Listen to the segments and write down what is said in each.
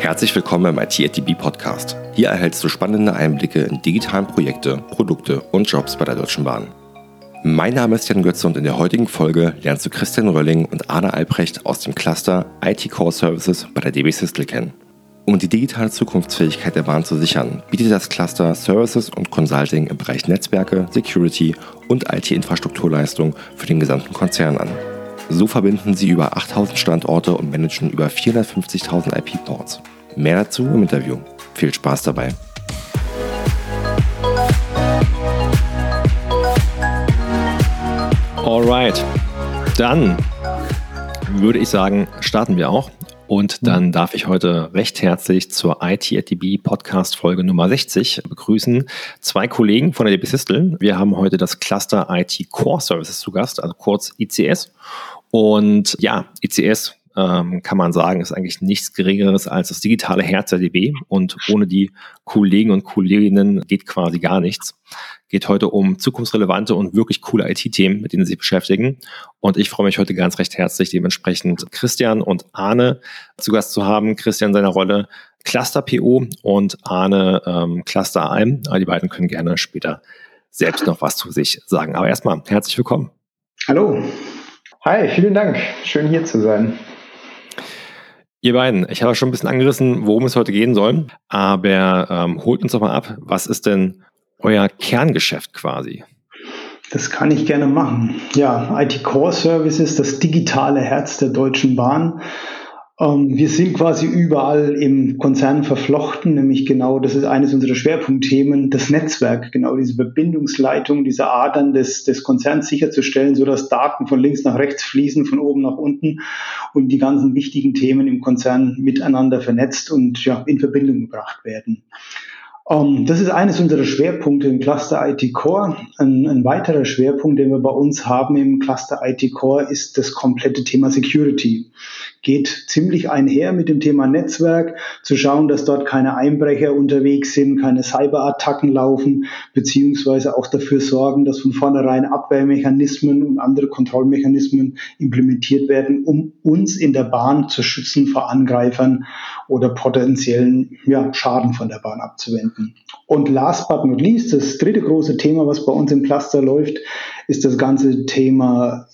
Herzlich willkommen im IT@DB Podcast. Hier erhältst du spannende Einblicke in digitalen Projekte, Produkte und Jobs bei der Deutschen Bahn. Mein Name ist Jan Götze und in der heutigen Folge lernst du Christian Rölling und Arne Albrecht aus dem Cluster IT Core Services bei der DB Systel kennen. Um die digitale Zukunftsfähigkeit der Bahn zu sichern, bietet das Cluster Services und Consulting im Bereich Netzwerke, Security und IT-Infrastrukturleistung für den gesamten Konzern an. So verbinden sie über 8.000 Standorte und managen über 450.000 IP-Ports. Mehr dazu im Interview. Viel Spaß dabei. Alright, dann würde ich sagen, starten wir auch. Und dann darf ich heute recht herzlich zur IT@DB Podcast Folge Nummer 60 begrüßen. Zwei Kollegen von der DB Systel. Wir haben heute das Cluster IT Core Services zu Gast, also kurz ICS. Und ja, ICS kann man sagen, ist eigentlich nichts Geringeres als das digitale Herz der DB. Und ohne die Kollegen und Kolleginnen geht quasi gar nichts. Geht heute um zukunftsrelevante und wirklich coole IT-Themen, mit denen sie sich beschäftigen. Und ich freue mich heute ganz recht herzlich, dementsprechend Christian und Arne zu Gast zu haben. Christian in seiner Rolle Cluster PO und Arne Cluster AM. Die beiden können gerne später selbst noch was zu sich sagen. Aber erstmal herzlich willkommen. Hallo. Hi, vielen Dank. Schön hier zu sein. Ihr beiden, ich habe schon ein bisschen angerissen, worum es heute gehen soll, aber holt uns doch mal ab, was ist denn euer Kerngeschäft quasi? Das kann ich gerne machen. Ja, IT Core Services, das digitale Herz der Deutschen Bahn. Wir sind quasi überall im Konzern verflochten, nämlich genau, das ist eines unserer Schwerpunktthemen, das Netzwerk, genau diese Verbindungsleitung, diese Adern des Konzerns sicherzustellen, sodass Daten von links nach rechts fließen, von oben nach unten und die ganzen wichtigen Themen im Konzern miteinander vernetzt und ja, in Verbindung gebracht werden. Das ist eines unserer Schwerpunkte im Cluster IT Core. Ein weiterer Schwerpunkt, den wir bei uns haben im Cluster IT Core, ist das komplette Thema Security. Geht ziemlich einher mit dem Thema Netzwerk, zu schauen, dass dort keine Einbrecher unterwegs sind, keine Cyberattacken laufen, beziehungsweise auch dafür sorgen, dass von vornherein Abwehrmechanismen und andere Kontrollmechanismen implementiert werden, um uns in der Bahn zu schützen vor Angreifern oder potenziellen Schaden von der Bahn abzuwenden. Und last but not least, das dritte große Thema, was bei uns im Cluster läuft, ist das ganze Thema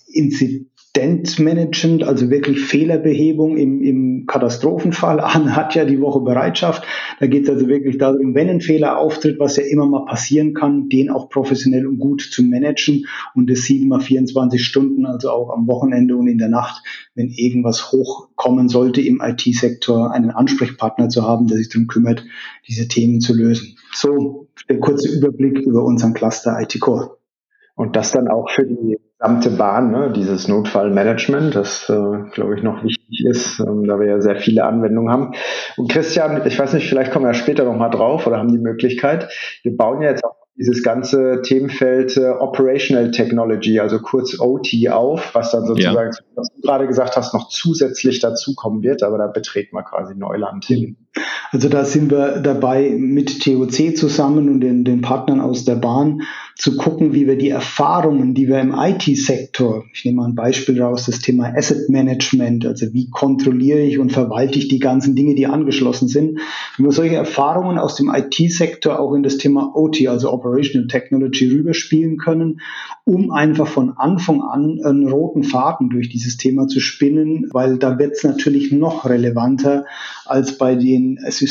Incident-Management, also wirklich Fehlerbehebung im Katastrophenfall. Arne hat ja die Woche Bereitschaft. Da geht es also wirklich darum, wenn ein Fehler auftritt, was ja immer mal passieren kann, den auch professionell und gut zu managen und das 7x24 Stunden, also auch am Wochenende und in der Nacht, wenn irgendwas hochkommen sollte im IT-Sektor, einen Ansprechpartner zu haben, der sich darum kümmert, diese Themen zu lösen. So der kurze Überblick über unseren Cluster IT Core. Und das dann auch für die gesamte Bahn, ne? Dieses Notfallmanagement, das, glaube ich, noch wichtig ist, da wir ja sehr viele Anwendungen haben. Und Christian, ich weiß nicht, vielleicht kommen wir ja später nochmal drauf oder haben die Möglichkeit. Wir bauen ja jetzt auch dieses ganze Themenfeld Operational Technology, also kurz OT auf, was dann sozusagen, was du gerade gesagt hast, noch zusätzlich dazukommen wird, aber da betreten wir quasi Neuland hin. Also da sind wir dabei, mit TOC zusammen und den Partnern aus der Bahn zu gucken, wie wir die Erfahrungen, die wir im IT-Sektor, ich nehme mal ein Beispiel raus, das Thema Asset Management, also wie kontrolliere ich und verwalte ich die ganzen Dinge, die angeschlossen sind, wie wir solche Erfahrungen aus dem IT-Sektor auch in das Thema OT, also Operational Technology, rüberspielen können, um einfach von Anfang an einen roten Faden durch dieses Thema zu spinnen, weil da wird es natürlich noch relevanter als bei den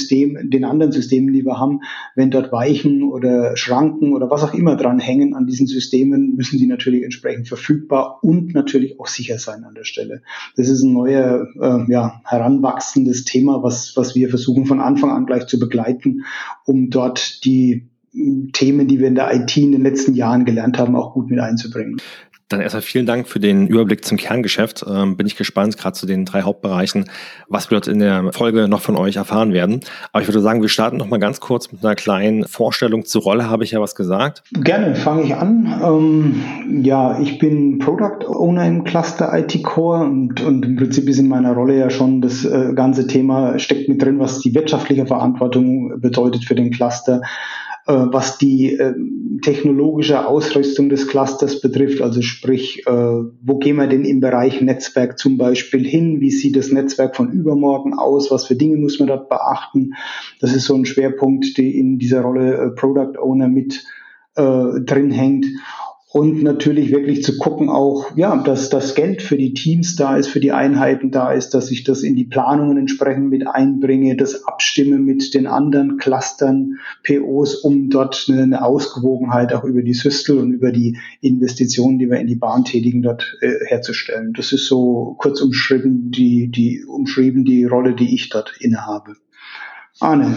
anderen Systemen, die wir haben. Wenn dort Weichen oder Schranken oder was auch immer dran hängen an diesen Systemen, müssen die natürlich entsprechend verfügbar und natürlich auch sicher sein an der Stelle. Das ist ein neuer, heranwachsendes Thema, was wir versuchen von Anfang an gleich zu begleiten, um dort die Themen, die wir in der IT in den letzten Jahren gelernt haben, auch gut mit einzubringen. Dann erstmal vielen Dank für den Überblick zum Kerngeschäft. Bin ich gespannt, gerade zu den 3 Hauptbereichen, was wir dort in der Folge noch von euch erfahren werden. Aber ich würde sagen, wir starten noch mal ganz kurz mit einer kleinen Vorstellung zur Rolle. Habe ich ja was gesagt? Gerne, fange ich an. Ich bin Product Owner im Cluster IT Core und im Prinzip ist in meiner Rolle ja schon das ganze Thema steckt mit drin, was die wirtschaftliche Verantwortung bedeutet für den Cluster. was die technologische Ausrüstung des Clusters betrifft, also sprich, wo gehen wir denn im Bereich Netzwerk zum Beispiel hin, wie sieht das Netzwerk von übermorgen aus, was für Dinge muss man dort beachten. Das ist so ein Schwerpunkt, der in dieser Rolle Product Owner mit drin hängt. Und natürlich wirklich zu gucken auch, ja, dass das Geld für die Teams da ist, für die Einheiten da ist, dass ich das in die Planungen entsprechend mit einbringe, das abstimme mit den anderen Clustern, POs, um dort eine Ausgewogenheit auch über die Systel und über die Investitionen, die wir in die Bahn tätigen, dort herzustellen. Das ist so kurz umschrieben die Rolle, die ich dort innehabe. Arne.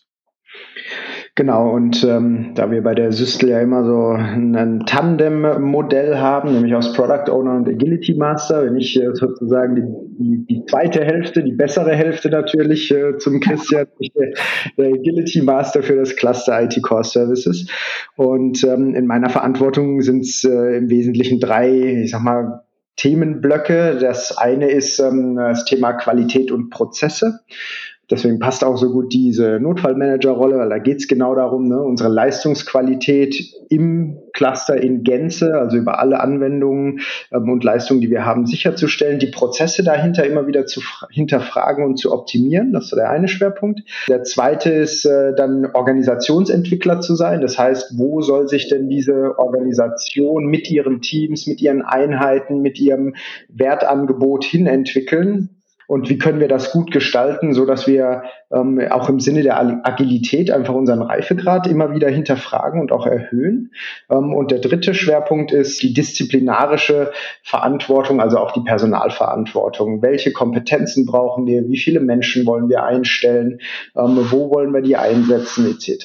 Genau, und da wir bei der Systel ja immer so ein Tandem-Modell haben, nämlich aus Product Owner und Agility Master, wenn ich sozusagen die zweite Hälfte, die bessere Hälfte natürlich zum Christian, der Agility Master für das Cluster IT Core Services. Und in meiner Verantwortung sind es im Wesentlichen 3, Themenblöcke. Das eine ist das Thema Qualität und Prozesse. Deswegen passt auch so gut diese Notfallmanager-Rolle, weil da geht es genau darum, unsere Leistungsqualität im Cluster in Gänze, also über alle Anwendungen und Leistungen, die wir haben, sicherzustellen, die Prozesse dahinter immer wieder zu hinterfragen und zu optimieren. Das ist so der eine Schwerpunkt. Der zweite ist dann Organisationsentwickler zu sein. Das heißt, wo soll sich denn diese Organisation mit ihren Teams, mit ihren Einheiten, mit ihrem Wertangebot hinentwickeln? Und wie können wir das gut gestalten, so dass wir auch im Sinne der Agilität einfach unseren Reifegrad immer wieder hinterfragen und auch erhöhen. Und der dritte Schwerpunkt ist die disziplinarische Verantwortung, also auch die Personalverantwortung. Welche Kompetenzen brauchen wir? Wie viele Menschen wollen wir einstellen? Wo wollen wir die einsetzen, etc.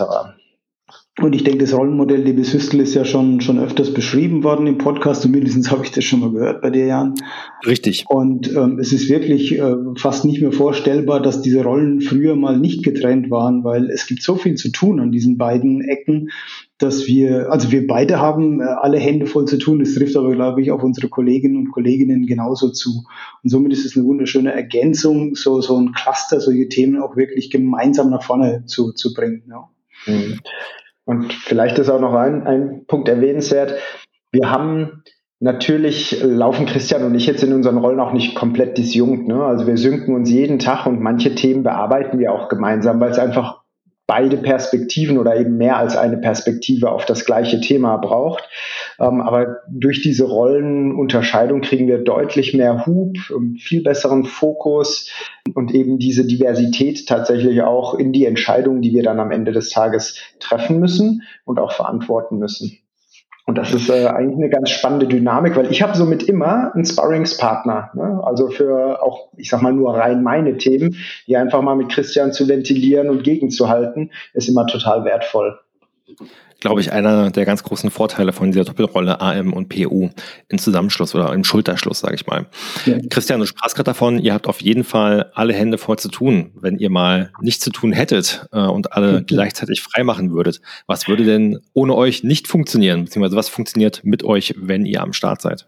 Und ich denke, das Rollenmodell DB Systel ist ja schon öfters beschrieben worden im Podcast. Zumindest habe ich das schon mal gehört bei dir, Jan. Richtig. Und es ist wirklich fast nicht mehr vorstellbar, dass diese Rollen früher mal nicht getrennt waren, weil es gibt so viel zu tun an diesen beiden Ecken, dass wir beide haben alle Hände voll zu tun. Das trifft aber, glaube ich, auf unsere Kolleginnen und Kolleginnen genauso zu. Und somit ist es eine wunderschöne Ergänzung, so ein Cluster, solche Themen auch wirklich gemeinsam nach vorne zu bringen. Ja. Mhm. Und vielleicht ist auch noch ein Punkt erwähnenswert. Wir haben natürlich, laufen Christian und ich jetzt in unseren Rollen auch nicht komplett disjunkt. Also wir synken uns jeden Tag und manche Themen bearbeiten wir auch gemeinsam, weil es einfach beide Perspektiven oder eben mehr als eine Perspektive auf das gleiche Thema braucht. Aber durch diese Rollenunterscheidung kriegen wir deutlich mehr Hub, viel besseren Fokus und eben diese Diversität tatsächlich auch in die Entscheidungen, die wir dann am Ende des Tages treffen müssen und auch verantworten müssen. Und das ist eigentlich eine ganz spannende Dynamik, weil ich habe somit immer einen Sparringspartner, also für auch, nur rein meine Themen, die einfach mal mit Christian zu ventilieren und gegenzuhalten, ist immer total wertvoll. Glaube ich, einer der ganz großen Vorteile von dieser Doppelrolle AM und PO im Zusammenschluss oder im Schulterschluss, sage ich mal. Ja. Christian, du sprachst gerade davon, ihr habt auf jeden Fall alle Hände voll zu tun. Wenn ihr mal nichts zu tun hättet und alle gleichzeitig frei machen würdet, was würde denn ohne euch nicht funktionieren? Beziehungsweise was funktioniert mit euch, wenn ihr am Start seid?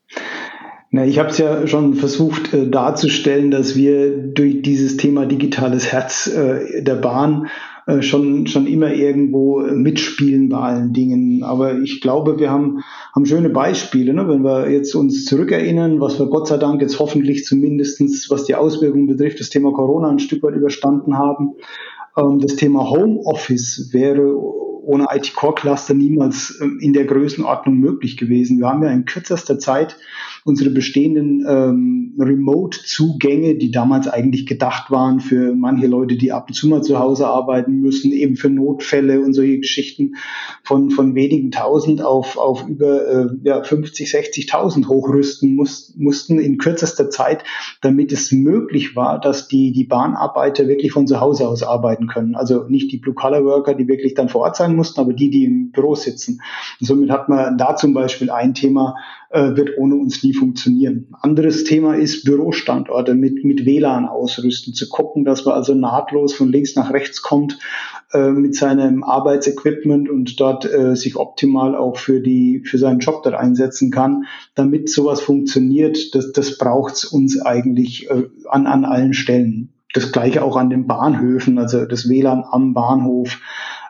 Na, ich habe es ja schon versucht darzustellen, dass wir durch dieses Thema digitales Herz der Bahn schon immer irgendwo mitspielen bei allen Dingen. Aber ich glaube, wir haben schöne Beispiele, wenn wir jetzt uns zurückerinnern, was wir Gott sei Dank jetzt hoffentlich zumindestens, was die Auswirkungen betrifft, das Thema Corona ein Stück weit überstanden haben. Das Thema Homeoffice wäre ohne IT-Core-Cluster niemals in der Größenordnung möglich gewesen. Wir haben ja in kürzester Zeit unsere bestehenden Remote-Zugänge, die damals eigentlich gedacht waren für manche Leute, die ab und zu mal zu Hause arbeiten müssen, eben für Notfälle und solche Geschichten von wenigen tausend auf über 50, 60.000 hochrüsten mussten in kürzester Zeit, damit es möglich war, dass die Bahnarbeiter wirklich von zu Hause aus arbeiten können. Also nicht die Blue-Collar-Worker, die wirklich dann vor Ort sein mussten, aber die im Büro sitzen. Und somit hat man da zum Beispiel ein Thema, wird ohne uns nie funktionieren. Anderes Thema ist Bürostandorte mit WLAN ausrüsten, zu gucken, dass man also nahtlos von links nach rechts kommt mit seinem Arbeitsequipment und dort sich optimal auch für seinen Job dort einsetzen kann. Damit sowas funktioniert, das braucht es uns eigentlich an allen Stellen. Das Gleiche auch an den Bahnhöfen, also das WLAN am Bahnhof.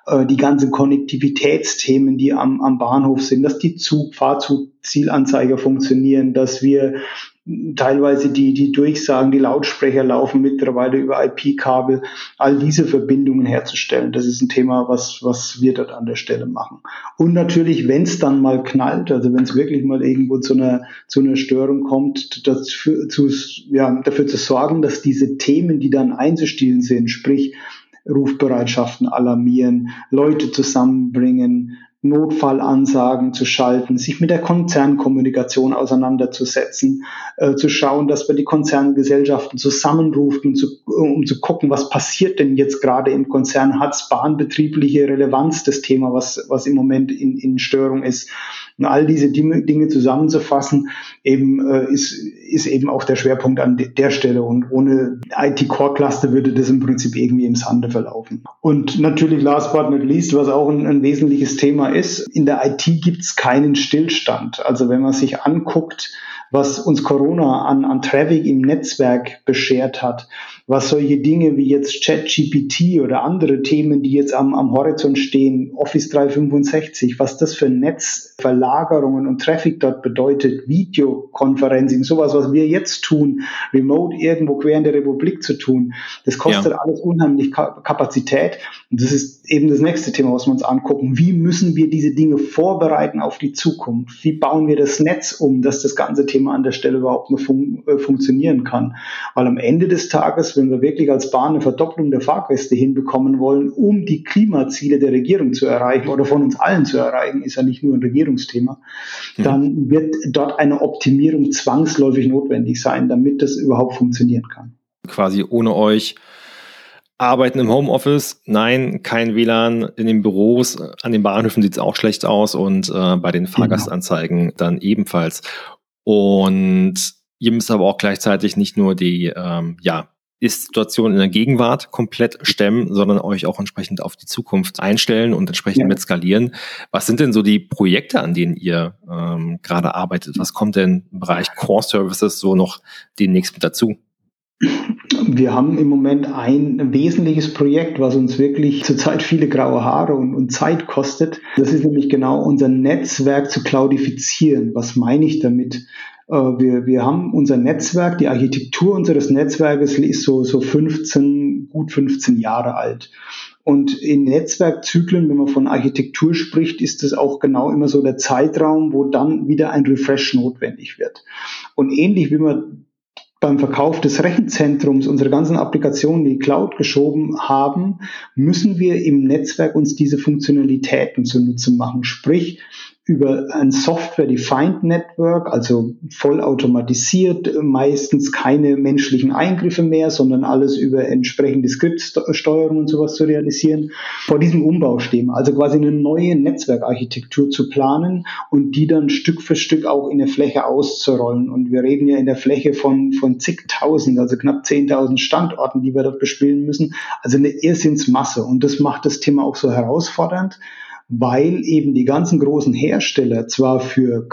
die ganzen Konnektivitätsthemen, die am Bahnhof sind, dass die Fahrzugzielanzeiger funktionieren, dass wir teilweise die Durchsagen, die Lautsprecher laufen mittlerweile über IP-Kabel, all diese Verbindungen herzustellen. Das ist ein Thema, was wir dort an der Stelle machen. Und natürlich, wenn es dann mal knallt, also wenn es wirklich mal irgendwo zu einer Störung kommt, dafür zu sorgen, dass diese Themen, die dann einzustellen sind, sprich Rufbereitschaften alarmieren, Leute zusammenbringen, Notfallansagen zu schalten, sich mit der Konzernkommunikation auseinanderzusetzen, zu schauen, dass wir die Konzerngesellschaften zusammenrufen, um zu gucken, was passiert denn jetzt gerade im Konzern, hat es bahnbetriebliche Relevanz, das Thema, was im Moment in Störung ist. Und all diese Dinge zusammenzufassen, ist eben auch der Schwerpunkt an der Stelle. Und ohne IT-Core-Cluster würde das im Prinzip irgendwie im Sande verlaufen. Und natürlich last but not least, was auch ein wesentliches Thema ist, in der IT gibt es keinen Stillstand. Also wenn man sich anguckt, was uns Corona an Traffic im Netzwerk beschert hat, was solche Dinge wie jetzt ChatGPT oder andere Themen, die jetzt am Horizont stehen, Office 365, was das für Netzverlagerungen und Traffic dort bedeutet, Videoconferencing, sowas, was wir jetzt tun, remote irgendwo quer in der Republik zu tun, das kostet alles unheimlich Kapazität. Und das ist eben das nächste Thema, was wir uns angucken. Wie müssen wir diese Dinge vorbereiten auf die Zukunft? Wie bauen wir das Netz um, dass das ganze Thema an der Stelle überhaupt noch funktionieren kann? Weil am Ende des Tages, wenn wir wirklich als Bahn eine Verdopplung der Fahrgäste hinbekommen wollen, um die Klimaziele der Regierung zu erreichen oder von uns allen zu erreichen, ist ja nicht nur ein Regierungsthema, dann wird dort eine Optimierung zwangsläufig notwendig sein, damit das überhaupt funktionieren kann. Quasi ohne euch arbeiten im Homeoffice, nein, kein WLAN in den Büros, an den Bahnhöfen sieht es auch schlecht aus und bei den Fahrgastanzeigen dann ebenfalls. Und ihr müsst aber auch gleichzeitig nicht nur die Ist-Situation in der Gegenwart komplett stemmen, sondern euch auch entsprechend auf die Zukunft einstellen und entsprechend mit skalieren. Was sind denn so die Projekte, an denen ihr gerade arbeitet? Was kommt denn im Bereich Core Services so noch demnächst mit dazu? Wir haben im Moment ein wesentliches Projekt, was uns wirklich zurzeit viele graue Haare und Zeit kostet. Das ist nämlich genau unser Netzwerk zu cloudifizieren. Was meine ich damit? Wir haben unser Netzwerk, die Architektur unseres Netzwerkes ist so gut 15 Jahre alt. Und in Netzwerkzyklen, wenn man von Architektur spricht, ist das auch genau immer so der Zeitraum, wo dann wieder ein Refresh notwendig wird. Und ähnlich wie man beim Verkauf des Rechenzentrums unsere ganzen Applikationen in die Cloud geschoben haben, müssen wir im Netzwerk uns diese Funktionalitäten zunutze machen. Sprich, über ein Software-Defined Network, also vollautomatisiert, meistens keine menschlichen Eingriffe mehr, sondern alles über entsprechende Skriptsteuerung und sowas zu realisieren. Vor diesem Umbau stehen, also quasi eine neue Netzwerkarchitektur zu planen und die dann Stück für Stück auch in der Fläche auszurollen. Und wir reden ja in der Fläche von zigtausend, also knapp 10.000 Standorten, die wir dort bespielen müssen. Also eine Irrsinnsmasse. Und das macht das Thema auch so herausfordernd, weil eben die ganzen großen Hersteller zwar für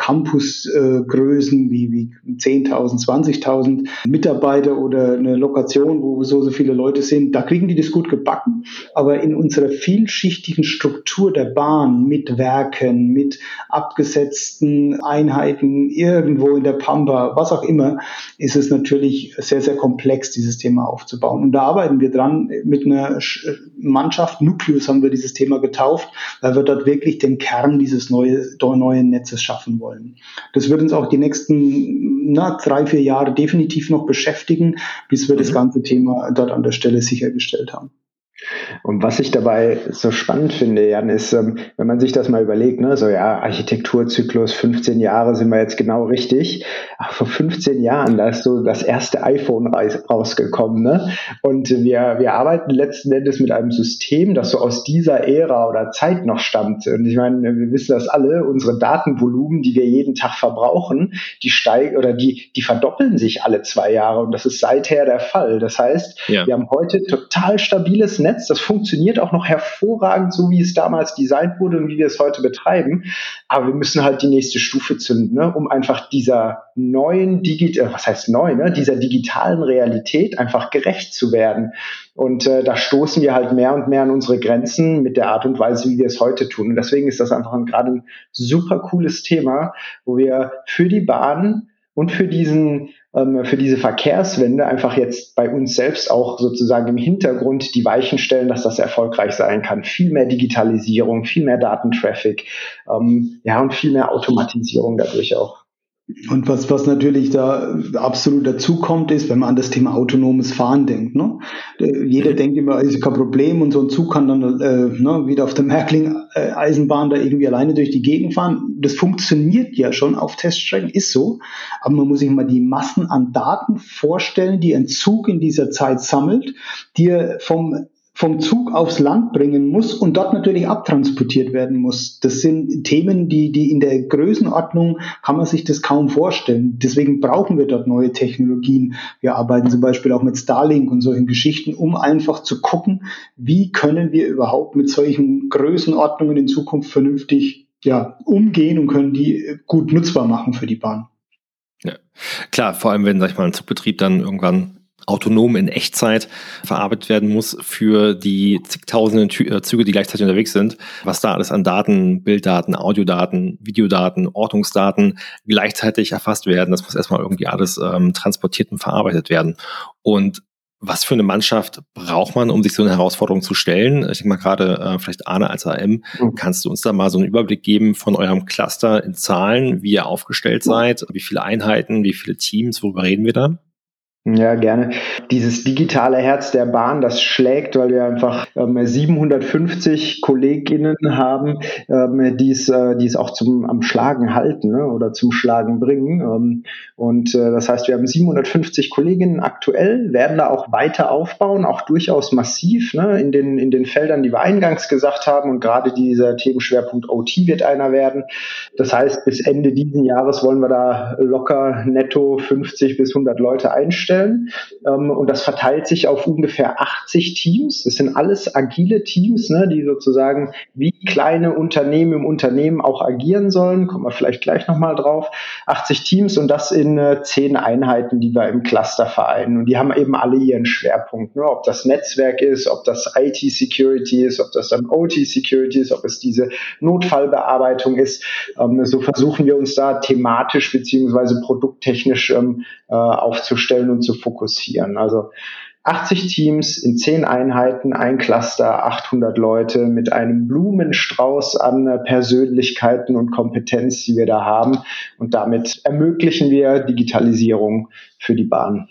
Campusgrößen wie 10.000, 20.000 Mitarbeiter oder eine Lokation, wo so viele Leute sind, da kriegen die das gut gebacken, aber in unserer vielschichtigen Struktur der Bahn mit Werken, mit abgesetzten Einheiten irgendwo in der Pampa, was auch immer, ist es natürlich sehr, sehr komplex, dieses Thema aufzubauen. Und da arbeiten wir dran mit einer Mannschaft, Nucleus haben wir dieses Thema getauft, weil wir dort wirklich den Kern dieses neuen Netzes schaffen wollen. Das wird uns auch die nächsten 3-4 Jahre definitiv noch beschäftigen, bis wir das ganze Thema dort an der Stelle sichergestellt haben. Und was ich dabei so spannend finde, Jan, ist, wenn man sich das mal überlegt, ne, so ja, Architekturzyklus, 15 Jahre sind wir jetzt genau richtig. Ach, vor 15 Jahren, da ist so das erste iPhone rausgekommen, ne? Und wir arbeiten letzten Endes mit einem System, das so aus dieser Ära oder Zeit noch stammt. Und ich meine, wir wissen das alle, unsere Datenvolumen, die wir jeden Tag verbrauchen, die steigen oder die verdoppeln sich alle 2 Jahre. Und das ist seither der Fall. Das heißt, wir haben heute total stabiles Netz, Netz, das funktioniert auch noch hervorragend, so wie es damals designt wurde und wie wir es heute betreiben. Aber wir müssen halt die nächste Stufe zünden, ne, um einfach dieser dieser digitalen Realität einfach gerecht zu werden. Und da stoßen wir halt mehr und mehr an unsere Grenzen mit der Art und Weise, wie wir es heute tun. Und deswegen ist das einfach gerade ein super cooles Thema, wo wir für die Bahn und für diese Verkehrswende einfach jetzt bei uns selbst auch sozusagen im Hintergrund die Weichen stellen, dass das erfolgreich sein kann. Viel mehr Digitalisierung, viel mehr Datentraffic, und viel mehr Automatisierung dadurch auch. Und was natürlich da absolut dazu kommt, ist, wenn man an das Thema autonomes Fahren denkt. Ne? Jeder denkt immer, ist kein Problem und so ein Zug kann dann wieder auf der Märkling-Eisenbahn da irgendwie alleine durch die Gegend fahren. Das funktioniert ja schon auf Teststrecken, ist so. Aber man muss sich mal die Massen an Daten vorstellen, die ein Zug in dieser Zeit sammelt, die er vom Zug aufs Land bringen muss und dort natürlich abtransportiert werden muss. Das sind Themen, die in der Größenordnung kann man sich das kaum vorstellen. Deswegen brauchen wir dort neue Technologien. Wir arbeiten zum Beispiel auch mit Starlink und solchen Geschichten, um einfach zu gucken, wie können wir überhaupt mit solchen Größenordnungen in Zukunft vernünftig umgehen und können die gut nutzbar machen für die Bahn. Ja, klar, vor allem wenn, ein Zugbetrieb dann irgendwann autonom in Echtzeit verarbeitet werden muss für die zigtausenden Züge, die gleichzeitig unterwegs sind, was da alles an Daten, Bilddaten, Audiodaten, Videodaten, Ortungsdaten gleichzeitig erfasst werden. Das muss erstmal irgendwie alles transportiert und verarbeitet werden. Und was für eine Mannschaft braucht man, um sich so eine Herausforderung zu stellen? Ich denke mal gerade, vielleicht Arne als AM, kannst du uns da mal so einen Überblick geben von eurem Cluster in Zahlen, wie ihr aufgestellt seid, wie viele Einheiten, wie viele Teams, worüber reden wir da? Ja, gerne. Dieses digitale Herz der Bahn, das schlägt, weil wir einfach 750 KollegInnen haben, die es auch am Schlagen halten, ne, oder zum Schlagen bringen. Das heißt, wir haben 750 Kolleginnen aktuell, werden da auch weiter aufbauen, auch durchaus massiv, ne, in den Feldern, die wir eingangs gesagt haben. Und gerade dieser Themenschwerpunkt OT wird einer werden. Das heißt, bis Ende diesen Jahres wollen wir da locker netto 50 bis 100 Leute einstellen. Und das verteilt sich auf ungefähr 80 Teams. Das sind alles agile Teams, ne, die sozusagen wie kleine Unternehmen im Unternehmen auch agieren sollen. Kommen wir vielleicht gleich nochmal drauf. 80 Teams und das in 10 Einheiten, die wir im Cluster vereinen. Und die haben eben alle ihren Schwerpunkt. Ne? Ob das Netzwerk ist, ob das IT-Security ist, ob das dann OT-Security ist, ob es diese Notfallbearbeitung ist. So versuchen wir uns da thematisch beziehungsweise produkttechnisch aufzustellen und zu fokussieren. Also 80 Teams in 10 Einheiten, ein Cluster, 800 Leute mit einem Blumenstrauß an Persönlichkeiten und Kompetenz, die wir da haben. Und damit ermöglichen wir Digitalisierung für die Bahn.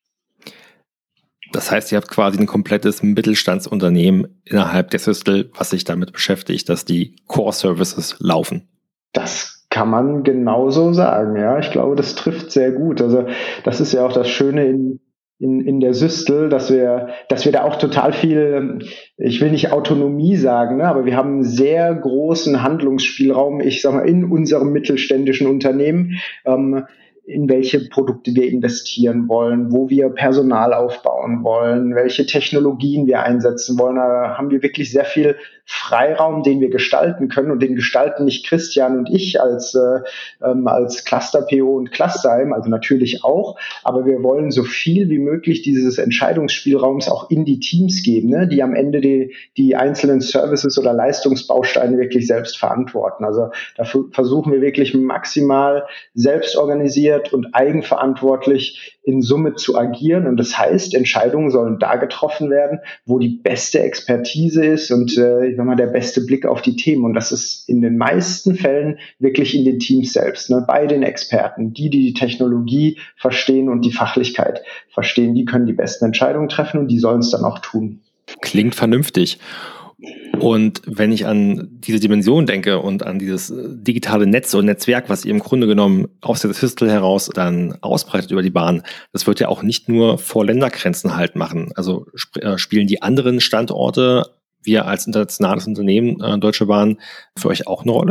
Das heißt, ihr habt quasi ein komplettes Mittelstandsunternehmen innerhalb der Systel, was sich damit beschäftigt, dass die Core-Services laufen. Das kann man genauso sagen, ja. Ich glaube, das trifft sehr gut. Also das ist ja auch das Schöne in der Systel, dass wir da auch total viel, ich will nicht Autonomie sagen, ne, aber wir haben einen sehr großen Handlungsspielraum, ich sag mal, in unserem mittelständischen Unternehmen, in welche Produkte wir investieren wollen, wo wir Personal aufbauen wollen, welche Technologien wir einsetzen wollen. Da haben wir wirklich sehr viel Freiraum, den wir gestalten können, und den gestalten nicht Christian und ich als Cluster-PO und Cluster-IM, also natürlich auch, aber wir wollen so viel wie möglich dieses Entscheidungsspielraums auch in die Teams geben, ne, die am Ende die einzelnen Services oder Leistungsbausteine wirklich selbst verantworten. Also dafür versuchen wir wirklich maximal selbst organisiert und eigenverantwortlich in Summe zu agieren. Und das heißt, Entscheidungen sollen da getroffen werden, wo die beste Expertise ist und der beste Blick auf die Themen. Und das ist in den meisten Fällen wirklich in den Teams selbst, ne? Bei den Experten, die Technologie verstehen und die Fachlichkeit verstehen, die können die besten Entscheidungen treffen und die sollen es dann auch tun. Klingt vernünftig. Und wenn ich an diese Dimension denke und an dieses digitale Netz und Netzwerk, was ihr im Grunde genommen aus der Systel heraus dann ausbreitet über die Bahn, das wird ja auch nicht nur vor Ländergrenzen halt machen. Also spielen die anderen Standorte, wir als internationales Unternehmen, Deutsche Bahn, für euch auch eine Rolle?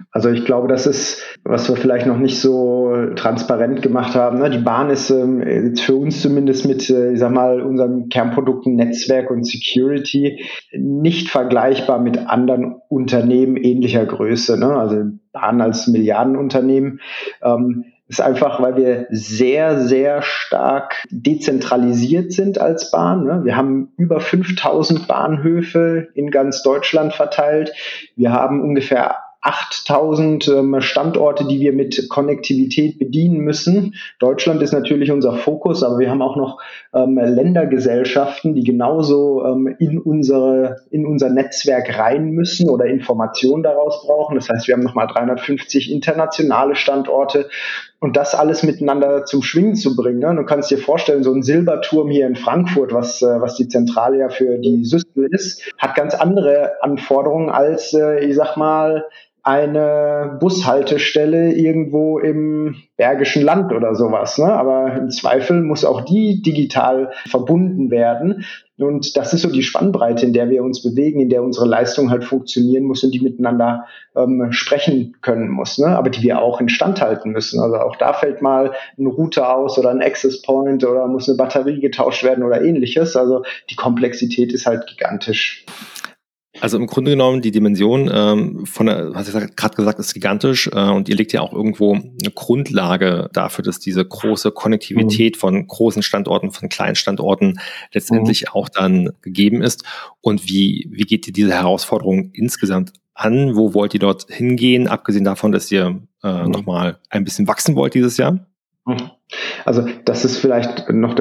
Also ich glaube, das ist, was wir vielleicht noch nicht so transparent gemacht haben. Ne? Die Bahn ist jetzt für uns zumindest mit, ich sag mal, unseren Kernprodukten Netzwerk und Security nicht vergleichbar mit anderen Unternehmen ähnlicher Größe. Ne? Also Bahn als Milliardenunternehmen. Ist einfach, weil wir sehr, sehr stark dezentralisiert sind als Bahn. Ne? Wir haben über 5000 Bahnhöfe in ganz Deutschland verteilt. Wir haben ungefähr 8000 Standorte, die wir mit Konnektivität bedienen müssen. Deutschland ist natürlich unser Fokus, aber wir haben auch noch Ländergesellschaften, die genauso in unser Netzwerk rein müssen oder Informationen daraus brauchen. Das heißt, wir haben nochmal 350 internationale Standorte. Und das alles miteinander zum Schwingen zu bringen. Ne? Du kannst dir vorstellen, so ein Silberturm hier in Frankfurt, was die Zentrale ja für die Systel ist, hat ganz andere Anforderungen als, ich sag mal, eine Bushaltestelle irgendwo im Bergischen Land oder sowas. Ne? Aber im Zweifel muss auch die digital verbunden werden. Und das ist so die Spannbreite, in der wir uns bewegen, in der unsere Leistung halt funktionieren muss und die miteinander sprechen können muss, ne? Aber die wir auch instand halten müssen. Also auch da fällt mal ein Router aus oder ein Access Point oder muss eine Batterie getauscht werden oder ähnliches. Also die Komplexität ist halt gigantisch. Also im Grunde genommen die Dimension hast du gerade gesagt, ist gigantisch und ihr legt ja auch irgendwo eine Grundlage dafür, dass diese große Konnektivität von großen Standorten, von kleinen Standorten letztendlich auch dann gegeben ist. Und wie geht ihr diese Herausforderung insgesamt an? Wo wollt ihr dort hingehen, abgesehen davon, dass ihr nochmal ein bisschen wachsen wollt dieses Jahr? Also das ist vielleicht noch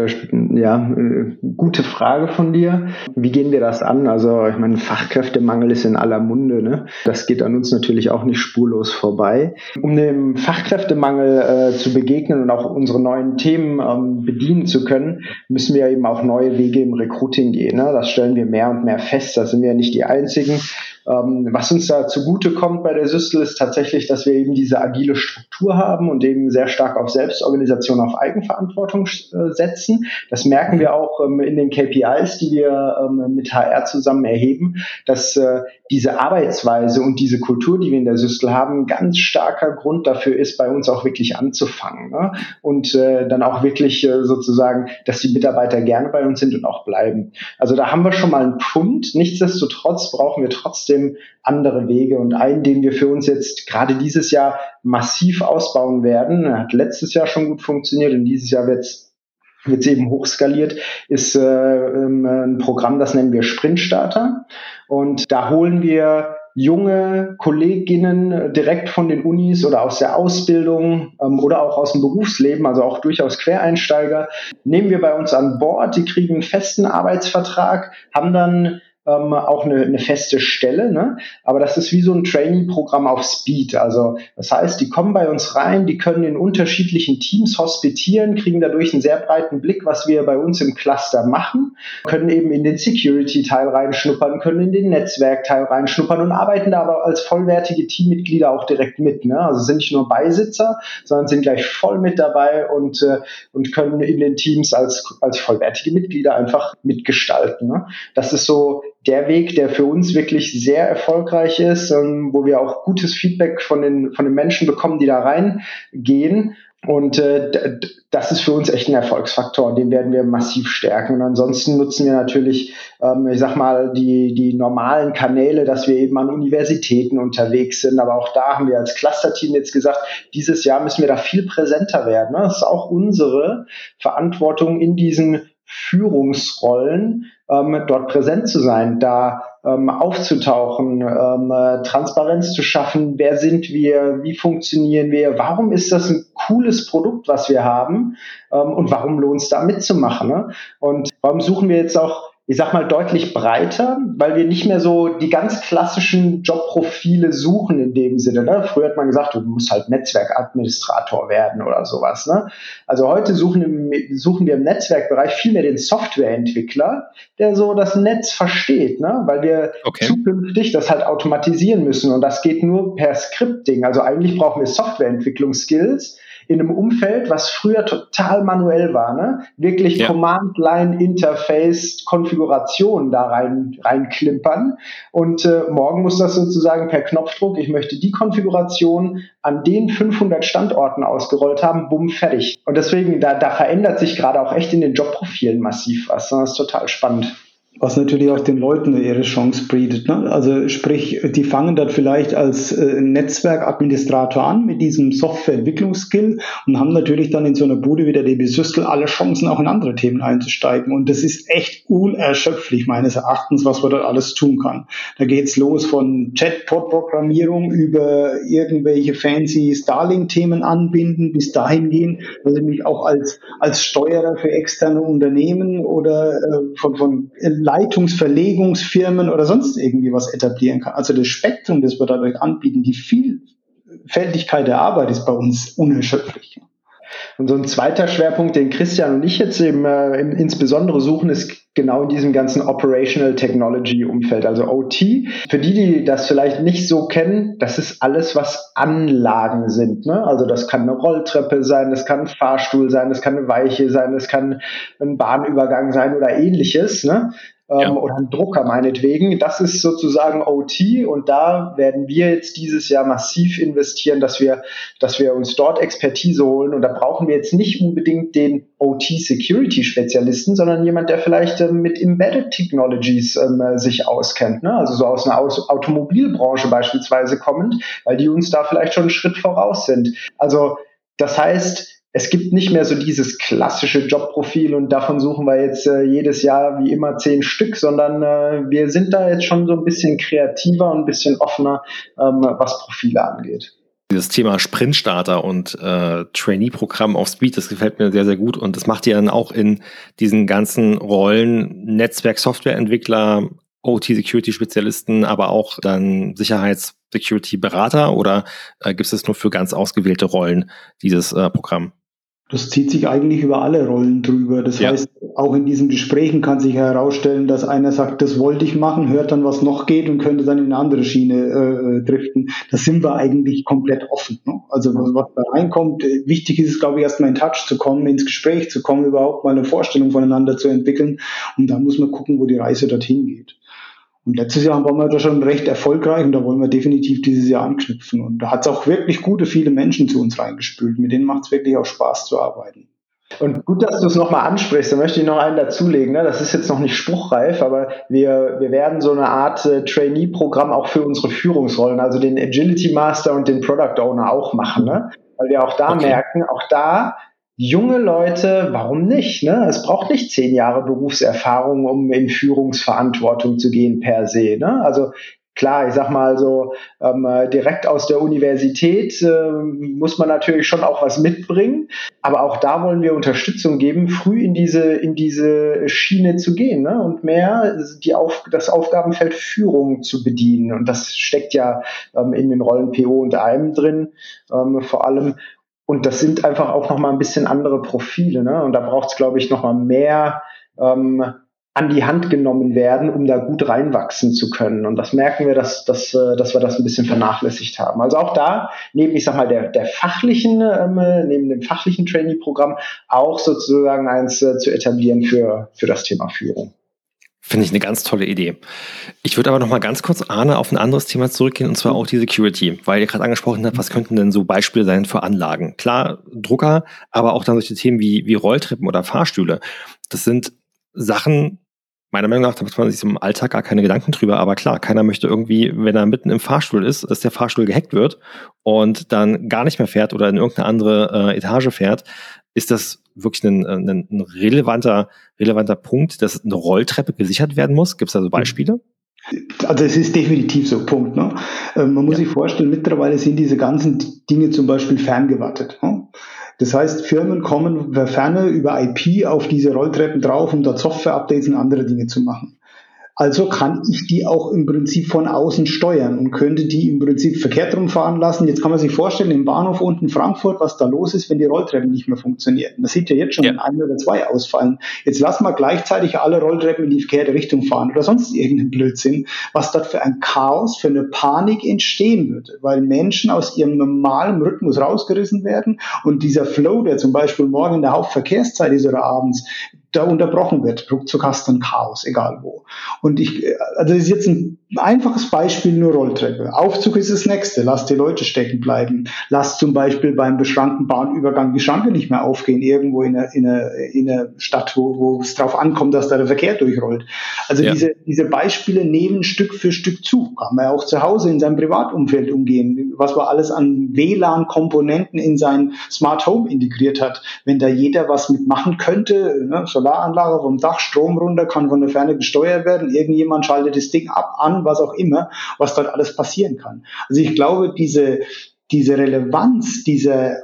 gute Frage von dir. Wie gehen wir das an? Also ich meine, Fachkräftemangel ist in aller Munde. Ne? Das geht an uns natürlich auch nicht spurlos vorbei. Um dem Fachkräftemangel zu begegnen und auch unsere neuen Themen bedienen zu können, müssen wir eben auch neue Wege im Recruiting gehen. Ne? Das stellen wir mehr und mehr fest. Da sind wir ja nicht die Einzigen. Was uns da zugutekommt bei der Systel ist tatsächlich, dass wir eben diese agile Struktur haben und eben sehr stark auf Selbstorganisation, auf Eigenverantwortung setzen. Das merken wir auch in den KPIs, die wir mit HR zusammen erheben, dass diese Arbeitsweise und diese Kultur, die wir in der Systel haben, ein ganz starker Grund dafür ist, bei uns auch wirklich anzufangen. Ne? Und dann auch wirklich sozusagen, dass die Mitarbeiter gerne bei uns sind und auch bleiben. Also da haben wir schon mal einen Punkt. Nichtsdestotrotz brauchen wir trotzdem andere Wege. Und einen, den wir für uns jetzt gerade dieses Jahr massiv ausbauen werden, hat letztes Jahr schon gut funktioniert und dieses Jahr wird es eben hochskaliert, ist ein Programm, das nennen wir Sprintstarter. Und da holen wir junge Kolleginnen direkt von den Unis oder aus der Ausbildung oder auch aus dem Berufsleben, also auch durchaus Quereinsteiger, nehmen wir bei uns an Bord. Die kriegen einen festen Arbeitsvertrag, haben dann auch eine feste Stelle, ne? Aber das ist wie so ein Trainee-Programm auf Speed. Also das heißt, die kommen bei uns rein, die können in unterschiedlichen Teams hospitieren, kriegen dadurch einen sehr breiten Blick, was wir bei uns im Cluster machen, können eben in den Security-Teil reinschnuppern, können in den Netzwerk-Teil reinschnuppern und arbeiten da aber als vollwertige Teammitglieder auch direkt mit, ne? Also sind nicht nur Beisitzer, sondern sind gleich voll mit dabei und können in den Teams als vollwertige Mitglieder einfach mitgestalten, ne? Das ist so der Weg, der für uns wirklich sehr erfolgreich ist, wo wir auch gutes Feedback von den Menschen bekommen, die da reingehen. Und das ist für uns echt ein Erfolgsfaktor und den werden wir massiv stärken. Und ansonsten nutzen wir natürlich, ich sag mal, die normalen Kanäle, dass wir eben an Universitäten unterwegs sind. Aber auch da haben wir als Cluster-Team jetzt gesagt, dieses Jahr müssen wir da viel präsenter werden. Das ist auch unsere Verantwortung in diesen Führungsrollen, dort präsent zu sein, da aufzutauchen, Transparenz zu schaffen, wer sind wir, wie funktionieren wir, warum ist das ein cooles Produkt, was wir haben und warum lohnt es da mitzumachen, ne? Und warum suchen wir jetzt auch, ich sag mal, deutlich breiter, weil wir nicht mehr so die ganz klassischen Jobprofile suchen in dem Sinne. Ne? Früher hat man gesagt, du musst halt Netzwerkadministrator werden oder sowas. Ne? Also heute suchen wir im Netzwerkbereich viel mehr den Softwareentwickler, der so das Netz versteht, ne? Weil wir zukünftig das halt automatisieren müssen und das geht nur per Scripting. Also eigentlich brauchen wir Softwareentwicklungsskills in einem Umfeld, was früher total manuell war, ne? Wirklich Command-Line-Interface-Konfiguration da reinklimpern. Und morgen muss das sozusagen per Knopfdruck, ich möchte die Konfiguration an den 500 Standorten ausgerollt haben, bumm, fertig. Und deswegen, da verändert sich gerade auch echt in den Jobprofilen massiv was. Das ist total spannend. Was natürlich auch den Leuten ihre Chance bietet. Ne? Also sprich, die fangen dann vielleicht als Netzwerkadministrator an mit diesem Softwareentwicklungsskill und haben natürlich dann in so einer Bude wie der DB Systel alle Chancen, auch in andere Themen einzusteigen. Und das ist echt unerschöpflich meines Erachtens, was man dort alles tun kann. Da geht's los von Chatbot-Programmierung über irgendwelche fancy Starlink-Themen anbinden, bis dahin gehen, dass ich mich auch als Steuerer für externe Unternehmen oder von Leitungsverlegungsfirmen oder sonst irgendwie was etablieren kann. Also das Spektrum, das wir dadurch anbieten, die Vielfältigkeit der Arbeit ist bei uns unerschöpflich. Und so ein zweiter Schwerpunkt, den Christian und ich jetzt eben insbesondere suchen, ist genau in diesem ganzen Operational Technology Umfeld, also OT. Für die das vielleicht nicht so kennen, das ist alles, was Anlagen sind, ne? Also das kann eine Rolltreppe sein, das kann ein Fahrstuhl sein, das kann eine Weiche sein, das kann ein Bahnübergang sein oder ähnliches, ne? Oder ein Drucker meinetwegen. Das ist sozusagen OT und da werden wir jetzt dieses Jahr massiv investieren, dass wir uns dort Expertise holen und da brauchen wir jetzt nicht unbedingt den OT-Security-Spezialisten, sondern jemand, der vielleicht mit Embedded Technologies sich auskennt, ne? Also so aus einer Automobilbranche beispielsweise kommend, weil die uns da vielleicht schon einen Schritt voraus sind. Also das heißt, es gibt nicht mehr so dieses klassische Jobprofil und davon suchen wir jetzt jedes Jahr wie immer 10 Stück, sondern wir sind da jetzt schon so ein bisschen kreativer und ein bisschen offener, was Profile angeht. Dieses Thema Sprintstarter und Trainee-Programm auf Speed, das gefällt mir sehr, sehr gut und das macht ihr dann auch in diesen ganzen Rollen Netzwerk-Softwareentwickler, OT-Security-Spezialisten, aber auch dann Sicherheits-Security-Berater oder gibt es das nur für ganz ausgewählte Rollen, dieses Programm? Das zieht sich eigentlich über alle Rollen drüber. Das heißt, auch in diesen Gesprächen kann sich herausstellen, dass einer sagt, das wollte ich machen, hört dann, was noch geht und könnte dann in eine andere Schiene driften. Da sind wir eigentlich komplett offen. Ne? Also was da reinkommt, wichtig ist es, glaube ich, erstmal in Touch zu kommen, ins Gespräch zu kommen, überhaupt mal eine Vorstellung voneinander zu entwickeln. Und dann muss man gucken, wo die Reise dorthin geht. Und letztes Jahr waren wir da schon recht erfolgreich und da wollen wir definitiv dieses Jahr anknüpfen. Und da hat es auch wirklich viele Menschen zu uns reingespült. Mit denen macht es wirklich auch Spaß zu arbeiten. Und gut, dass du es nochmal ansprichst, da möchte ich noch einen dazulegen. Ne? Das ist jetzt noch nicht spruchreif, aber wir werden so eine Art Trainee-Programm auch für unsere Führungsrollen, also den Agility Master und den Product Owner auch machen. Ne? Weil wir auch da merken, auch da junge Leute, warum nicht? Ne? Es braucht nicht 10 Jahre Berufserfahrung, um in Führungsverantwortung zu gehen per se. Ne? Also klar, ich sag mal so, direkt aus der Universität muss man natürlich schon auch was mitbringen, aber auch da wollen wir Unterstützung geben, früh in diese Schiene zu gehen, ne? Und mehr das Aufgabenfeld Führung zu bedienen. Und das steckt ja in den Rollen PO und AM drin, vor allem. Und das sind einfach auch nochmal ein bisschen andere Profile, ne? Und da braucht es, glaube ich, nochmal mehr an die Hand genommen werden, um da gut reinwachsen zu können. Und das merken wir, dass wir das ein bisschen vernachlässigt haben. Also auch da, neben dem fachlichen Trainee-Programm, auch sozusagen eins zu etablieren für das Thema Führung. Finde ich eine ganz tolle Idee. Ich würde aber noch mal ganz kurz, Arne, auf ein anderes Thema zurückgehen, und zwar auch die Security, weil ihr gerade angesprochen habt, was könnten denn so Beispiele sein für Anlagen? Klar, Drucker, aber auch dann solche Themen wie Rolltreppen oder Fahrstühle. Das sind Sachen, meiner Meinung nach, da macht man sich im Alltag gar keine Gedanken drüber, aber klar, keiner möchte irgendwie, wenn er mitten im Fahrstuhl ist, dass der Fahrstuhl gehackt wird und dann gar nicht mehr fährt oder in irgendeine andere Etage fährt. Ist das wirklich ein relevanter Punkt, dass eine Rolltreppe gesichert werden muss? Gibt es da so Beispiele? Also es ist definitiv so, Punkt. Ne? Man muss sich vorstellen, mittlerweile sind diese ganzen Dinge zum Beispiel ferngewartet. Ne? Das heißt, Firmen kommen per Ferne über IP auf diese Rolltreppen drauf, um dort Software-Updates und andere Dinge zu machen. Also kann ich die auch im Prinzip von außen steuern und könnte die im Prinzip verkehrt rumfahren lassen. Jetzt kann man sich vorstellen, im Bahnhof unten in Frankfurt, was da los ist, wenn die Rolltreppen nicht mehr funktionieren. Das sieht ja jetzt schon, wenn ein oder zwei ausfallen. Jetzt lassen wir gleich alle Rolltreppen in die verkehrte Richtung fahren oder sonst irgendeinen Blödsinn, was dort für ein Chaos, für eine Panik entstehen würde, weil Menschen aus ihrem normalen Rhythmus rausgerissen werden und dieser Flow, der zum Beispiel morgen in der Hauptverkehrszeit ist oder abends, da unterbrochen wird. Ruckzuck hast du ein Chaos, egal wo. Und also das ist jetzt ein einfaches Beispiel, nur Rolltreppe. Aufzug ist das nächste. Lass die Leute stecken bleiben. Lass zum Beispiel beim beschrankten Bahnübergang die Schranke nicht mehr aufgehen, irgendwo in einer Stadt, wo es drauf ankommt, dass da der Verkehr durchrollt. Also diese Beispiele nehmen Stück für Stück zu. Kann man ja auch zu Hause in seinem Privatumfeld umgehen. Was man alles an WLAN-Komponenten in sein Smart Home integriert hat. Wenn da jeder was mitmachen könnte, ne, Solaranlage vom Dach, Strom runter, kann von der Ferne gesteuert werden. Irgendjemand schaltet das Ding ab, an, was auch immer, was dort alles passieren kann. Also ich glaube, diese Relevanz dieser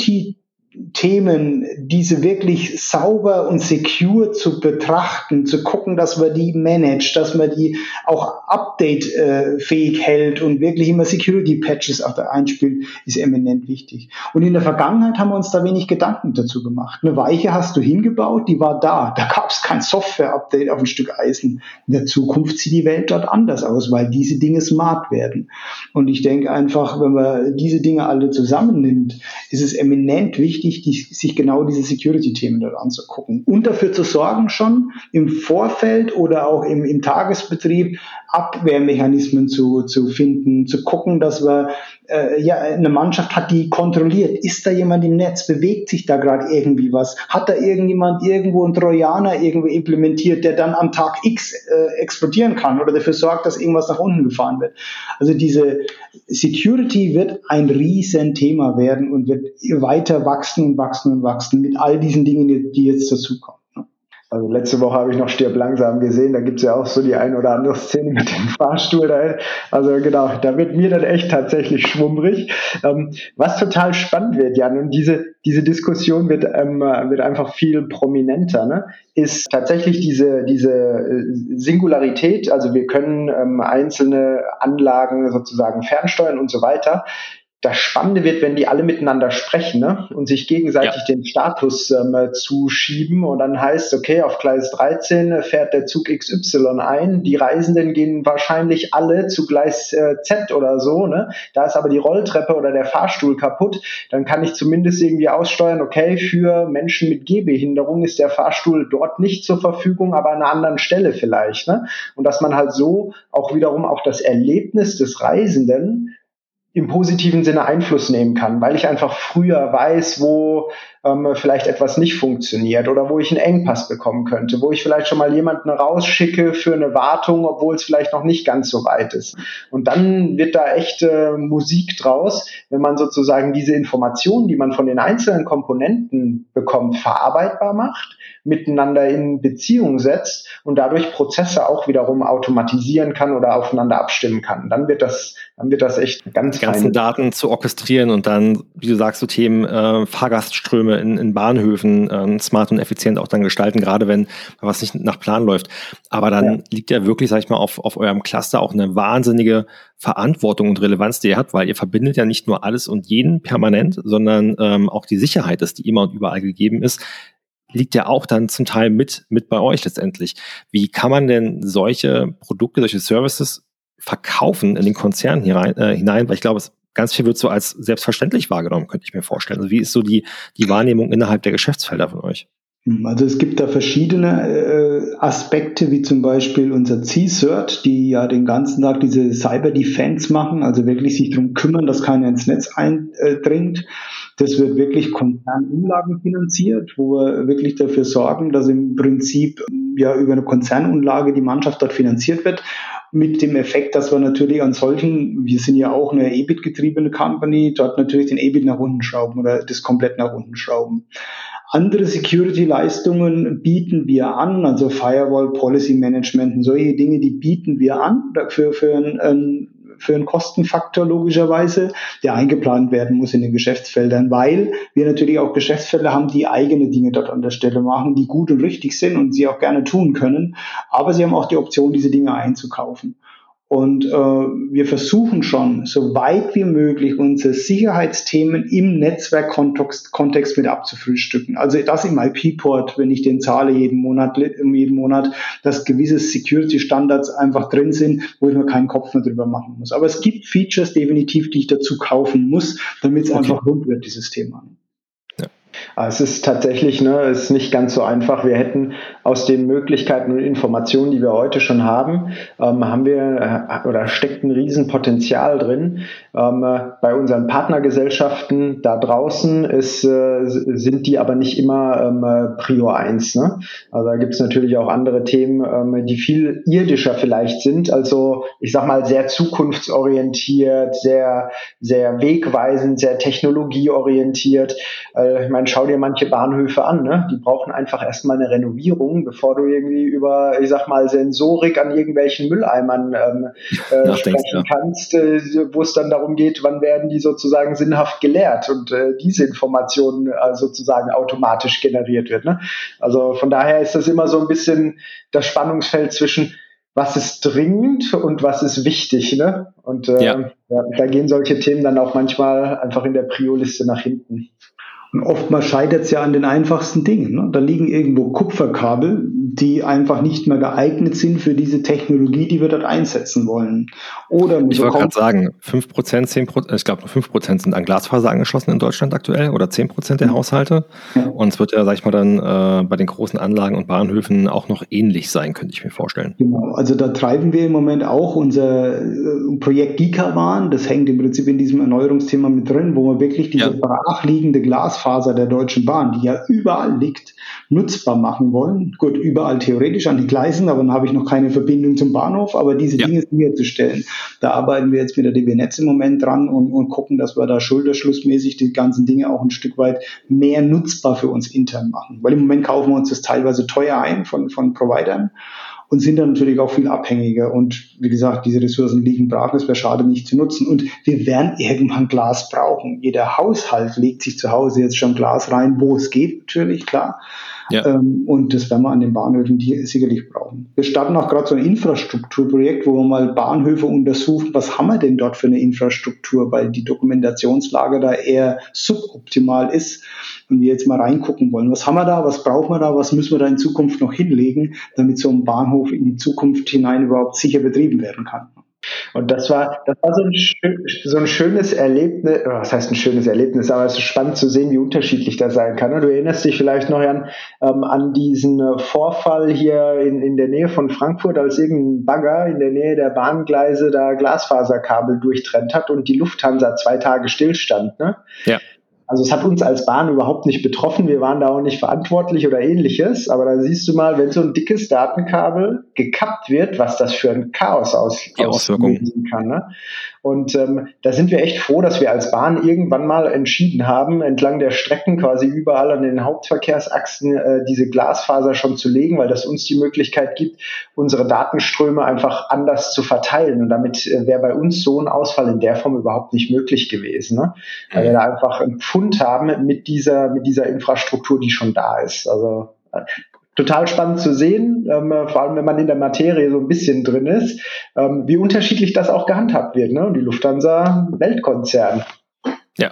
OT-Themen, diese wirklich sauber und secure zu betrachten, zu gucken, dass man die managt, dass man die auch update-fähig hält und wirklich immer Security-Patches auch da einspielt, ist eminent wichtig. Und in der Vergangenheit haben wir uns da wenig Gedanken dazu gemacht. Eine Weiche hast du hingebaut, die war da. Da gab es kein Software-Update auf ein Stück Eisen. In der Zukunft sieht die Welt dort anders aus, weil diese Dinge smart werden. Und ich denke einfach, wenn man diese Dinge alle zusammennimmt, ist es eminent wichtig, sich genau diese Security-Themen dort anzugucken und dafür zu sorgen, schon im Vorfeld oder auch im Tagesbetrieb Abwehrmechanismen zu finden, zu gucken, dass wir eine Mannschaft hat, die kontrolliert. Ist da jemand im Netz? Bewegt sich da gerade irgendwie was? Hat da irgendjemand irgendwo einen Trojaner irgendwo implementiert, der dann am Tag X explodieren kann oder dafür sorgt, dass irgendwas nach unten gefahren wird? Also diese Security wird ein Riesenthema werden und wird weiter wachsen und wachsen und wachsen mit all diesen Dingen, die jetzt dazukommen. Also letzte Woche habe ich noch Stirb langsam gesehen, da gibt es ja auch so die ein oder andere Szene mit dem Fahrstuhl da. Also genau, da wird mir dann echt tatsächlich schwummrig. Was total spannend wird, Jan, und diese Diskussion wird einfach viel prominenter, ne? Ist tatsächlich diese Singularität, also wir können einzelne Anlagen sozusagen fernsteuern und so weiter. Das Spannende wird, wenn die alle miteinander sprechen, ne, und sich gegenseitig den Status zuschieben und dann heißt, okay, auf Gleis 13 fährt der Zug XY ein, die Reisenden gehen wahrscheinlich alle zu Gleis Z oder so, ne, da ist aber die Rolltreppe oder der Fahrstuhl kaputt, dann kann ich zumindest irgendwie aussteuern, okay, für Menschen mit Gehbehinderung ist der Fahrstuhl dort nicht zur Verfügung, aber an einer anderen Stelle vielleicht, ne, und dass man halt so auch wiederum auch das Erlebnis des Reisenden im positiven Sinne Einfluss nehmen kann, weil ich einfach früher weiß, wo vielleicht etwas nicht funktioniert oder wo ich einen Engpass bekommen könnte, wo ich vielleicht schon mal jemanden rausschicke für eine Wartung, obwohl es vielleicht noch nicht ganz so weit ist. Und dann wird da echte Musik draus, wenn man sozusagen diese Informationen, die man von den einzelnen Komponenten bekommt, verarbeitbar macht, miteinander in Beziehung setzt und dadurch Prozesse auch wiederum automatisieren kann oder aufeinander abstimmen kann. Dann wird das echt ganz die ganzen Daten zu orchestrieren und dann, wie du sagst, so Themen Fahrgastströme in Bahnhöfen smart und effizient auch dann gestalten, gerade wenn was nicht nach Plan läuft. Aber dann liegt ja wirklich, sag ich mal, auf eurem Cluster auch eine wahnsinnige Verantwortung und Relevanz, die ihr habt, weil ihr verbindet ja nicht nur alles und jeden permanent, sondern auch die Sicherheit, dass die immer und überall gegeben ist, liegt ja auch dann zum Teil mit bei euch letztendlich. Wie kann man denn solche Produkte, solche Services verkaufen in den Konzern hinein? Weil ich glaube, ganz viel wird so als selbstverständlich wahrgenommen, könnte ich mir vorstellen. Also wie ist so die Wahrnehmung innerhalb der Geschäftsfelder von euch? Also es gibt da verschiedene Aspekte, wie zum Beispiel unser C-Cert, die ja den ganzen Tag diese Cyber-Defense machen, also wirklich sich darum kümmern, dass keiner ins Netz eindringt. Das wird wirklich Konzernumlagen finanziert, wo wir wirklich dafür sorgen, dass im Prinzip ja über eine Konzernumlage die Mannschaft dort finanziert wird. Mit dem Effekt, dass wir natürlich an solchen, wir sind ja auch eine EBIT-getriebene Company, dort natürlich den EBIT nach unten schrauben oder das komplett nach unten schrauben. Andere Security-Leistungen bieten wir an, also Firewall, Policy Management und solche Dinge, die bieten wir an für einen Kostenfaktor logischerweise, der eingeplant werden muss in den Geschäftsfeldern, weil wir natürlich auch Geschäftsfelder haben, die eigene Dinge dort an der Stelle machen, die gut und richtig sind und sie auch gerne tun können, aber sie haben auch die Option, diese Dinge einzukaufen. Und wir versuchen schon, so weit wie möglich unsere Sicherheitsthemen im Netzwerkkontext mit abzufrühstücken. Also das im IP-Port, wenn ich den zahle jeden Monat, dass gewisse Security-Standards einfach drin sind, wo ich mir keinen Kopf mehr drüber machen muss. Aber es gibt Features definitiv, die ich dazu kaufen muss, damit es einfach rund wird, dieses Thema. Es ist tatsächlich, ist nicht ganz so einfach. Wir hätten aus den Möglichkeiten und Informationen, die wir heute schon haben, steckt ein Riesenpotenzial drin. Bei unseren Partnergesellschaften da draußen sind die aber nicht immer Prio 1. Ne? Also da gibt es natürlich auch andere Themen, die viel irdischer vielleicht sind. Also ich sag mal sehr zukunftsorientiert, sehr, sehr wegweisend, sehr technologieorientiert. Ich meine, schau dir manche Bahnhöfe an, ne? Die brauchen einfach erstmal eine Renovierung, bevor du irgendwie über, ich sag mal, Sensorik an irgendwelchen Mülleimern sprechen kannst, wo es dann darum geht, wann werden die sozusagen sinnhaft geleert und diese Informationen sozusagen automatisch generiert wird. Ne? Also von daher ist das immer so ein bisschen das Spannungsfeld zwischen was ist dringend und was ist wichtig. Ne? Und da gehen solche Themen dann auch manchmal einfach in der Prio-Liste nach hinten. Und oftmals scheitert es ja an den einfachsten Dingen. Ne? Da liegen irgendwo Kupferkabel, die einfach nicht mehr geeignet sind für diese Technologie, die wir dort einsetzen wollen. Oder ich wollte gerade sagen, 5%, 10%, ich glaube 5% sind an Glasfaser angeschlossen in Deutschland aktuell oder 10% der Haushalte. Ja. Und es wird ja, sag ich mal, dann bei den großen Anlagen und Bahnhöfen auch noch ähnlich sein, könnte ich mir vorstellen. Genau, also da treiben wir im Moment auch unser Projekt Gigawan. Das hängt im Prinzip in diesem Erneuerungsthema mit drin, wo wir wirklich diese brachliegende Glasfaser der Deutschen Bahn, die ja überall liegt, nutzbar machen wollen. Gut, überall theoretisch an die Gleisen, aber dann habe ich noch keine Verbindung zum Bahnhof, aber diese Dinge sicherzustellen. Da arbeiten wir jetzt mit der DB Netz im Moment dran und gucken, dass wir da schulterschlussmäßig die ganzen Dinge auch ein Stück weit mehr nutzbar für uns intern machen. Weil im Moment kaufen wir uns das teilweise teuer ein von Providern und sind dann natürlich auch viel abhängiger. Und wie gesagt, diese Ressourcen liegen brach, es wäre schade, nicht zu nutzen. Und wir werden irgendwann Glas brauchen. Jeder Haushalt legt sich zu Hause jetzt schon Glas rein, wo es geht, natürlich, klar. Ja. Und das werden wir an den Bahnhöfen sicherlich brauchen. Wir starten auch gerade so ein Infrastrukturprojekt, wo wir mal Bahnhöfe untersuchen, was haben wir denn dort für eine Infrastruktur, weil die Dokumentationslage da eher suboptimal ist und wir jetzt mal reingucken wollen. Was haben wir da, was brauchen wir da, was müssen wir da in Zukunft noch hinlegen, damit so ein Bahnhof in die Zukunft hinein überhaupt sicher betrieben werden kann. Und das war so ein schönes Erlebnis, was heißt ein schönes Erlebnis, aber es ist spannend zu sehen, wie unterschiedlich das sein kann. Du erinnerst dich vielleicht noch an diesen Vorfall hier in der Nähe von Frankfurt, als irgendein Bagger in der Nähe der Bahngleise da Glasfaserkabel durchtrennt hat und die Lufthansa 2 Tage stillstand. Ne? Ja. Also es hat uns als Bahn überhaupt nicht betroffen, wir waren da auch nicht verantwortlich oder ähnliches, aber da siehst du mal, wenn so ein dickes Datenkabel gekappt wird, was das für ein Chaos auslösen kann. Ne? Und da sind wir echt froh, dass wir als Bahn irgendwann mal entschieden haben, entlang der Strecken quasi überall an den Hauptverkehrsachsen diese Glasfaser schon zu legen, weil das uns die Möglichkeit gibt, unsere Datenströme einfach anders zu verteilen. Und damit wäre bei uns so ein Ausfall in der Form überhaupt nicht möglich gewesen, ne? Weil wir da einfach einen Pfund haben mit dieser Infrastruktur, die schon da ist. Also total spannend zu sehen, vor allem wenn man in der Materie so ein bisschen drin ist, wie unterschiedlich das auch gehandhabt wird. Ne? Und die Lufthansa, Weltkonzern. Ja.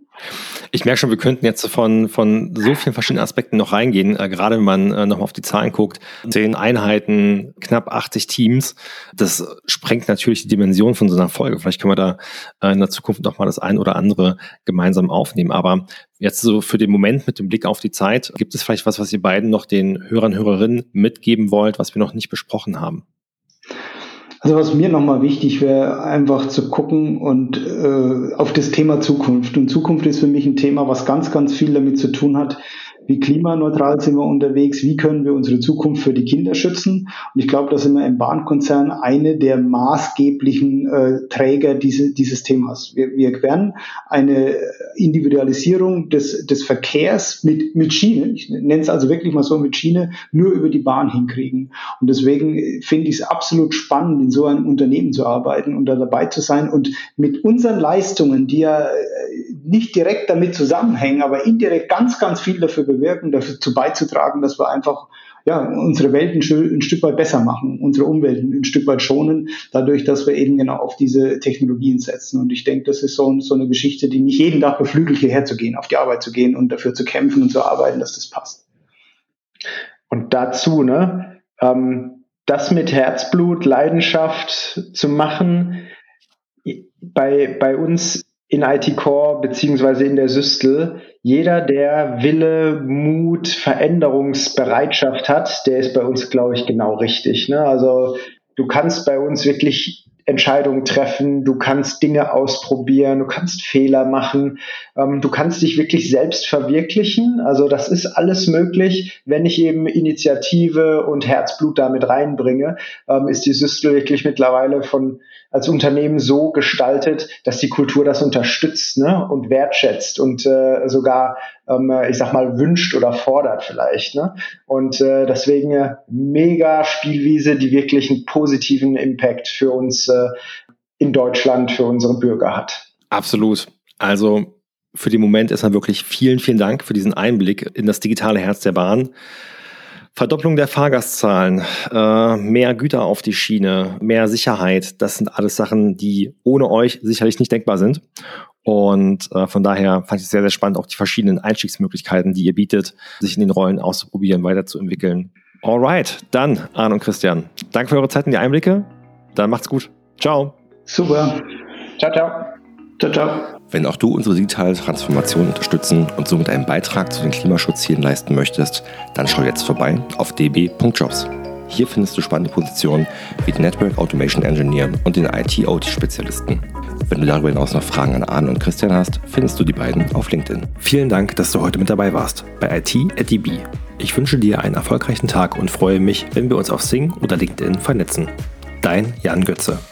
Ich merke schon, wir könnten jetzt von so vielen verschiedenen Aspekten noch reingehen, gerade wenn man nochmal auf die Zahlen guckt. 10 Einheiten, knapp 80 Teams, das sprengt natürlich die Dimension von so einer Folge. Vielleicht können wir da in der Zukunft noch mal das ein oder andere gemeinsam aufnehmen. Aber jetzt so für den Moment mit dem Blick auf die Zeit, gibt es vielleicht was ihr beiden noch den Hörern, Hörerinnen mitgeben wollt, was wir noch nicht besprochen haben? Also was mir nochmal wichtig wäre, einfach zu gucken und auf das Thema Zukunft. Und Zukunft ist für mich ein Thema, was ganz, ganz viel damit zu tun hat. wie klimaneutral sind wir unterwegs, wie können wir unsere Zukunft für die Kinder schützen. Und ich glaube, da sind wir im Bahnkonzern eine der maßgeblichen Träger dieses Themas. Wir werden eine Individualisierung des Verkehrs mit Schiene, ich nenne es also wirklich mal so mit Schiene, nur über die Bahn hinkriegen. Und deswegen finde ich es absolut spannend, in so einem Unternehmen zu arbeiten und da dabei zu sein und mit unseren Leistungen, die ja nicht direkt damit zusammenhängen, aber indirekt ganz, ganz viel dafür bewirken, dazu beizutragen, dass wir einfach unsere Welt ein Stück weit besser machen, unsere Umwelt ein Stück weit schonen, dadurch, dass wir eben genau auf diese Technologien setzen. Und ich denke, das ist so eine Geschichte, die mich jeden Tag beflügelt, hierher zu gehen, auf die Arbeit zu gehen und dafür zu kämpfen und zu arbeiten, dass das passt. Und dazu, das mit Herzblut, Leidenschaft zu machen, bei uns in IT Core beziehungsweise in der Systel, jeder, der Wille, Mut, Veränderungsbereitschaft hat, der ist bei uns, glaube ich, genau richtig. Also du kannst bei uns wirklich Entscheidungen treffen, du kannst Dinge ausprobieren, du kannst Fehler machen, du kannst dich wirklich selbst verwirklichen. Also das ist alles möglich, wenn ich eben Initiative und Herzblut damit reinbringe, ist die Systel wirklich mittlerweile als Unternehmen so gestaltet, dass die Kultur das unterstützt, und wertschätzt und sogar, ich sag mal, wünscht oder fordert vielleicht. Und deswegen mega Spielwiese, die wirklich einen positiven Impact für uns in Deutschland, für unsere Bürger hat. Absolut. Also für den Moment erstmal wirklich vielen, vielen Dank für diesen Einblick in das digitale Herz der Bahn. Verdopplung der Fahrgastzahlen, mehr Güter auf die Schiene, mehr Sicherheit, das sind alles Sachen, die ohne euch sicherlich nicht denkbar sind. Und von daher fand ich es sehr, sehr spannend, auch die verschiedenen Einstiegsmöglichkeiten, die ihr bietet, sich in den Rollen auszuprobieren, weiterzuentwickeln. Alright, dann Arne und Christian, danke für eure Zeit und die Einblicke. Dann macht's gut. Ciao. Super. Ciao, ciao. Ciao, ciao. Wenn auch du unsere digitale Transformation unterstützen und somit einen Beitrag zu den Klimaschutzzielen leisten möchtest, dann schau jetzt vorbei auf db.jobs. Hier findest du spannende Positionen wie den Network Automation Engineer und den IT-OT-Spezialisten. Wenn du darüber hinaus noch Fragen an Arne und Christian hast, findest du die beiden auf LinkedIn. Vielen Dank, dass du heute mit dabei warst bei IT@DB. Ich wünsche dir einen erfolgreichen Tag und freue mich, wenn wir uns auf Xing oder LinkedIn vernetzen. Dein Jan Götze.